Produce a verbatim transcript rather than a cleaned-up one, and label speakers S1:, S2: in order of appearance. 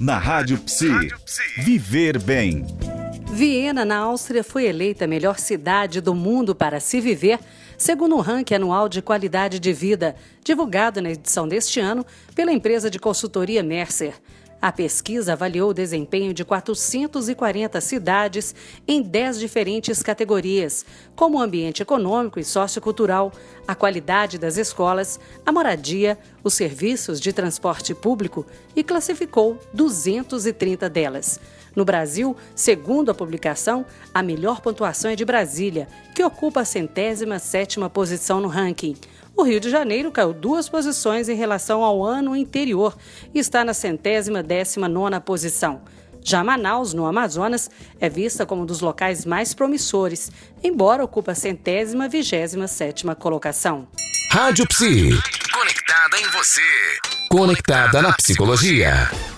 S1: Na Rádio Psi. Viver bem.
S2: Viena, na Áustria, foi eleita a melhor cidade do mundo para se viver, segundo um ranking anual de qualidade de vida, divulgado na edição deste ano pela empresa de consultoria Mercer. A pesquisa avaliou o desempenho de quatrocentas e quarenta cidades em dez diferentes categorias, como o ambiente econômico e sociocultural, a qualidade das escolas, a moradia, os serviços de transporte público e classificou duzentas e trinta delas. No Brasil, segundo a publicação, a melhor pontuação é de Brasília, que ocupa a centésima sétima posição no ranking. O Rio de Janeiro caiu duas posições em relação ao ano anterior e está na centésima décima nona posição. Já Manaus, no Amazonas, é vista como um dos locais mais promissores, embora ocupe a centésima vigésima sétima colocação.
S3: Rádio Psi. Conectada em você. Conectada na psicologia.